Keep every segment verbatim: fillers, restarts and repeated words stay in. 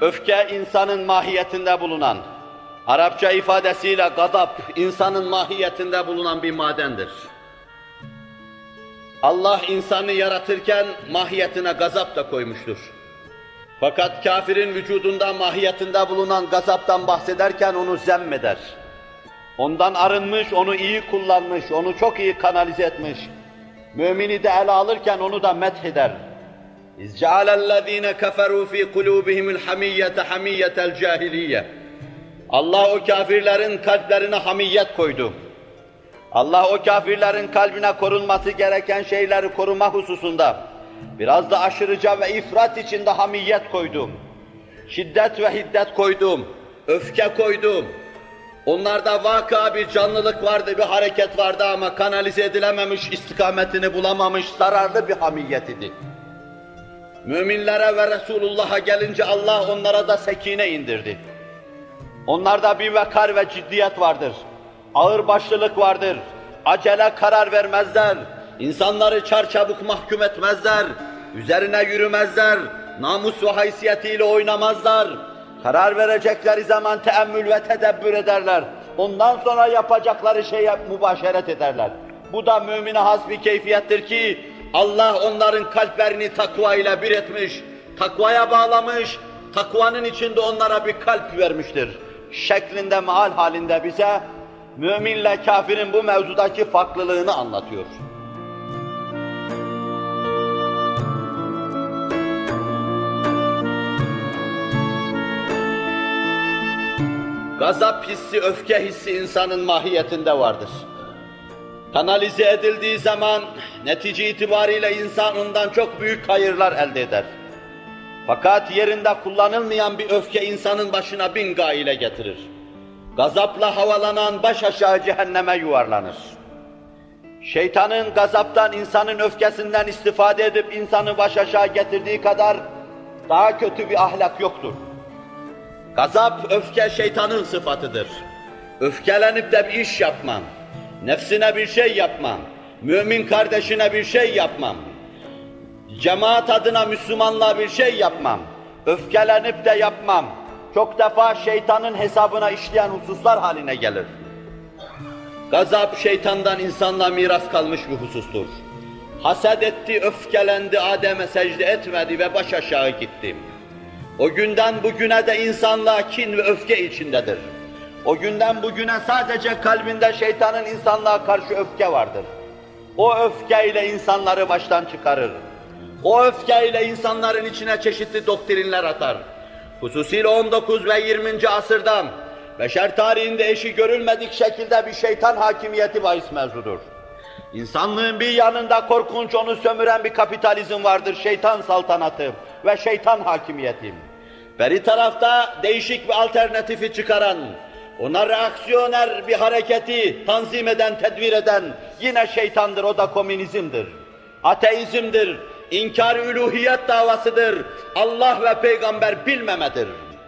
öfke insanın mahiyetinde bulunan, Arapça ifadesiyle gadap, insanın mahiyetinde bulunan bir madendir. Allah insanı yaratırken mahiyetine gazap da koymuştur. Fakat kafirin vücudunda mahiyetinde bulunan gazaptan bahsederken onu zemmeder. Ondan arınmış, onu iyi kullanmış, onu çok iyi kanalize etmiş. Mümini de ele alırken onu da metheder. İz cealellezîne keferû fî kulûbihimul hamiyyete hamiyyetel cahiliyye. Allah o kafirlerin kalplerine hamiyet koydu. Allah o kafirlerin kalbine korunması gereken şeyleri koruma hususunda biraz da aşırıca ve ifrat içinde hamiyet koydum. Şiddet ve hiddet koydum. Öfke koydum. Onlarda vaka bir canlılık vardı, bir hareket vardı ama kanalize edilememiş, istikametini bulamamış, zararlı bir hamiyet idi. Müminlere ve Resulullah'a gelince Allah onlara da sekine indirdi. Onlarda bir vekar ve ciddiyet vardır. Ağırbaşlılık vardır. Acele karar vermezler. İnsanları çarçabuk mahkum etmezler. Üzerine yürümezler. Namus ve haysiyetiyle oynamazlar. Karar verecekleri zaman teemmül ve tedebbür ederler. Ondan sonra yapacakları şeye mübaşeret ederler. Bu da mümine has bir keyfiyettir ki Allah onların kalplerini takva ile bir etmiş, takvaya bağlamış, takvanın içinde onlara bir kalp vermiştir. Şeklinde, meal halinde bize müminle kafirin bu mevzudaki farklılığını anlatıyor. Gazap hissi, öfke hissi insanın mahiyetinde vardır. Kanalize edildiği zaman netice itibariyle insan ondan çok büyük hayırlar elde eder. Fakat yerinde kullanılmayan bir öfke insanın başına bin gaile getirir. Gazapla havalanan baş aşağı cehenneme yuvarlanır. Şeytanın gazaptan, insanın öfkesinden istifade edip insanı baş aşağı getirdiği kadar daha kötü bir ahlak yoktur. Gazap, öfke şeytanın sıfatıdır. Öfkelenip de bir iş yapmam, nefsine bir şey yapmam, mümin kardeşine bir şey yapmam, cemaat adına Müslümanlığa bir şey yapmam, öfkelenip de yapmam. Çok defa şeytanın hesabına işleyen hususlar haline gelir. Gazap şeytandan insanla miras kalmış bir husustur. Haset etti, öfkelendi, Adem'e secde etmedi ve baş aşağı gitti. O günden bugüne de insanlığa kin ve öfke içindedir. O günden bugüne sadece kalbinde şeytanın insanlığa karşı öfke vardır. O öfkeyle insanları baştan çıkarır. O öfkeyle insanların içine çeşitli doktrinler atar. Hususiyle on dokuz ve yirminci asırda beşer tarihinde eşi görülmedik şekilde bir şeytan hakimiyeti bahis mevzudur. İnsanlığın bir yanında korkunç onu sömüren bir kapitalizm vardır, şeytan saltanatı ve şeytan hakimiyeti. Beri tarafta değişik bir alternatifi çıkaran, ona reaksiyoner bir hareketi tanzim eden, tedbir eden yine şeytandır, o da komünizmdir, ateizmdir, inkar-ı üluhiyet davasıdır, Allah ve peygamber bilmemedir.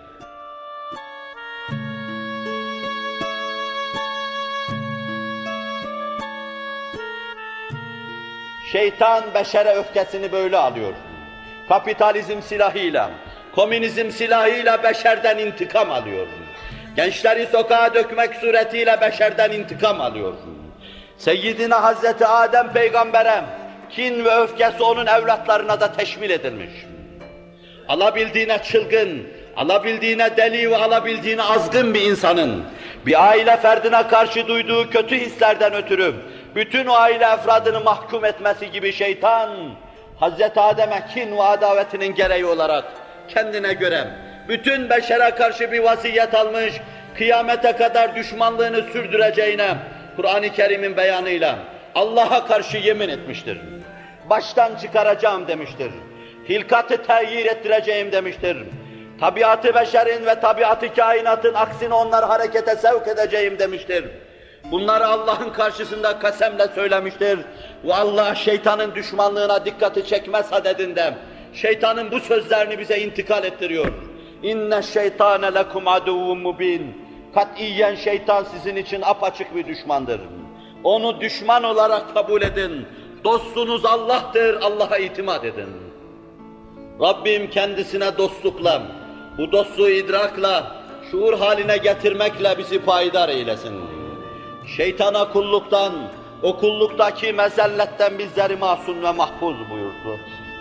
Şeytan beşere öfkesini böyle alıyor. Kapitalizm silahıyla, komünizm silahıyla beşerden intikam alıyor. Gençleri sokağa dökmek suretiyle beşerden intikam alıyor. Seyyidina Hazreti Adem peygambere kin ve öfkesi onun evlatlarına da teşmil edilmiş. Alabildiğine çılgın, alabildiğine deli ve alabildiğine azgın bir insanın bir aile ferdine karşı duyduğu kötü hislerden ötürü bütün o aile efradını mahkum etmesi gibi şeytan Hazreti Adem'e kin ve adavetinin gereği olarak kendine göre bütün beşere karşı bir vasiyet almış, kıyamete kadar düşmanlığını sürdüreceğine Kur'an-ı Kerim'in beyanıyla Allah'a karşı yemin etmiştir. Baştan çıkaracağım demiştir. Hilkatı tegyir ettireceğim demiştir. Tabiatı beşerin ve tabiatı kainatın aksine onları harekete sevk edeceğim demiştir. Bunları Allah'ın karşısında kasemle söylemiştir. Ve Allah şeytanın düşmanlığına dikkati çekmez hadedinde şeytanın bu sözlerini bize intikal ettiriyor. İnne şeytane lekum aduvvun mubin. Katiyen şeytan sizin için apaçık bir düşmandır. Onu düşman olarak kabul edin. Dostunuz Allah'tır, Allah'a itimat edin. Rabbim kendisine dostlukla, bu dostluğu idrakla, şuur haline getirmekle bizi payidar eylesin. Şeytana kulluktan, o kulluktaki mezelletten bizleri masum ve mahfuz buyurdu.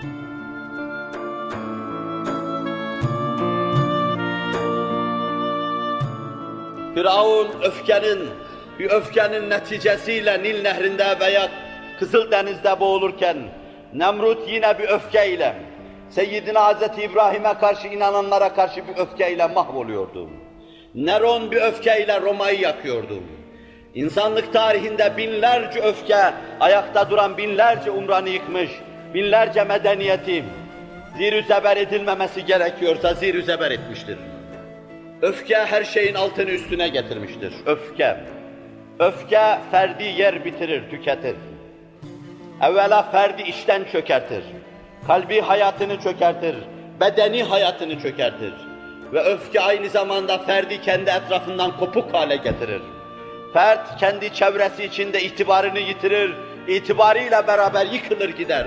Firavun öfkenin, bir öfkenin neticesiyle Nil Nehri'nde veya Kızıldeniz'de boğulurken, Nemrut yine bir öfkeyle, Seyyidina Hazreti İbrahim'e karşı inananlara karşı bir öfkeyle mahvoluyordu. Neron bir öfkeyle Roma'yı yakıyordu. İnsanlık tarihinde binlerce öfke, ayakta duran binlerce umranı yıkmış, binlerce medeniyeti zir-ü zeber edilmemesi gerekiyorsa zir-ü zeber etmiştir. Öfke her şeyin altını üstüne getirmiştir. Öfke. Öfke ferdi yer bitirir, tüketir. Evvela ferdi işten çökertir. Kalbi hayatını çökertir. Bedeni hayatını çökertir. Ve öfke aynı zamanda ferdi kendi etrafından kopuk hale getirir. Fert kendi çevresi içinde itibarını yitirir. İtibarıyla beraber yıkılır gider.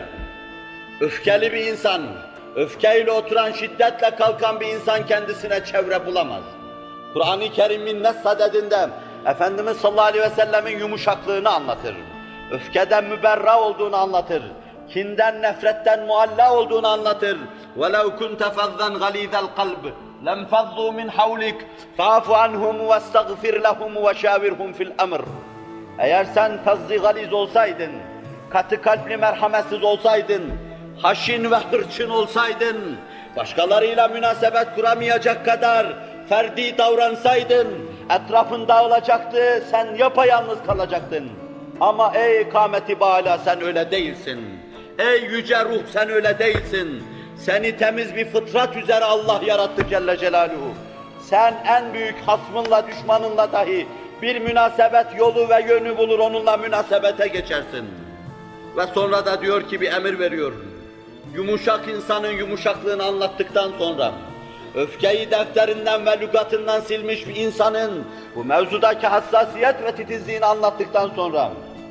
Öfkeli bir insan, öfkeyle oturan, şiddetle kalkan bir insan kendisine çevre bulamaz. Kur'an-ı Kerim'in Ness-Saded'inde Efendimiz sallallahu aleyhi ve sellemin yumuşaklığını anlatır. Öfkeden müberra olduğunu anlatır. Kinden, nefretten mualla olduğunu anlatır. وَلَوْ كُنْتَ فَظًّا غَلِيظَ الْقَلْبِ لَنْفَضُّوا مِنْ حَوْلِكَ فَاعْفُ عَنْهُمْ وَاسْتَغْفِرْ لَهُمْ وَشَاوِرْهُمْ فِي الْأَمْرِ. Eğer sen fazl-ı galiz olsaydın, katı kalpli merhametsiz olsaydın, haşin ve hırçın olsaydın, başkalarıyla münasebet kuramayacak kadar ferdi davransaydın, etrafın dağılacaktı, sen yapayalnız kalacaktın. Ama ey kâmeti bâlâ sen öyle değilsin. Ey yüce ruh sen öyle değilsin. Seni temiz bir fıtrat üzere Allah yarattı Celle Celaluhu. Sen en büyük hasmınla, düşmanınla dahi bir münasebet yolu ve yönü bulur, onunla münasebete geçersin. Ve sonra da diyor ki bir emir veriyor. Yumuşak insanın yumuşaklığını anlattıktan sonra, öfkeyi defterinden ve lügatından silmiş bir insanın bu mevzudaki hassasiyet ve titizliğini anlattıktan sonra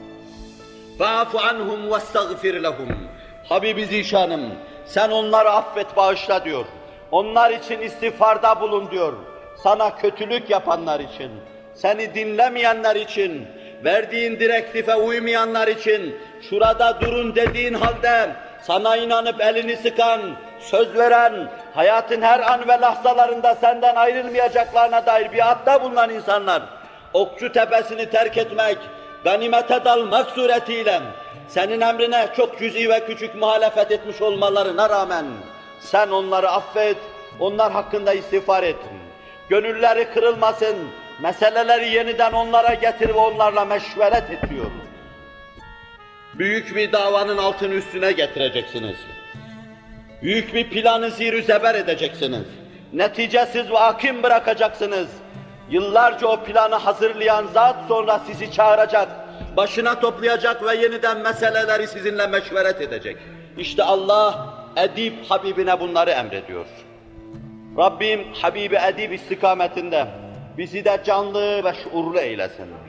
فَاعْفُ عَنْهُمْ وَاسْتَغْفِرْ لَهُمْ. Habibi Zişanım, sen onları affet, bağışla diyor. Onlar için istiğfarda bulun diyor. Sana kötülük yapanlar için, seni dinlemeyenler için, verdiğin direktife uymayanlar için, şurada durun dediğin halde sana inanıp elini sıkan, söz veren, hayatın her an ve lahzalarında senden ayrılmayacaklarına dair biatta bulunan insanlar, Okçu Tepesi'ni terk etmek, ganimete dalmak suretiyle senin emrine çok cüz'i ve küçük muhalefet etmiş olmalarına rağmen sen onları affet, onlar hakkında istiğfar et. Gönülleri kırılmasın, meseleleri yeniden onlara getir ve onlarla meşveret et diyor. Büyük bir davanın altını üstüne getireceksiniz. Büyük bir planı zir-ü zeber edeceksiniz. Neticesiz ve hakim bırakacaksınız. Yıllarca o planı hazırlayan zat sonra sizi çağıracak, başına toplayacak ve yeniden meseleleri sizinle meşveret edecek. İşte Allah edip Habibine bunları emrediyor. Rabbim Habibi edip istikametinde bizi de canlı ve şuurlu eylesin.